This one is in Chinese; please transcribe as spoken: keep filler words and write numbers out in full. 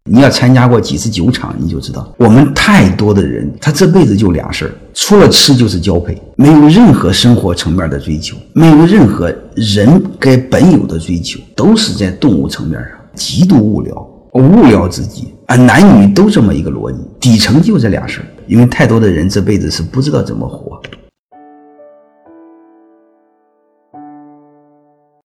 你要参加过几次酒场你就知道，我们太多的人他这辈子就俩事儿，除了吃就是交配，没有任何生活层面的追求，没有任何人该本有的追求，都是在动物层面上极度无聊，无聊至极啊！男女都这么一个逻辑，底层就这俩事儿。因为太多的人这辈子是不知道怎么活。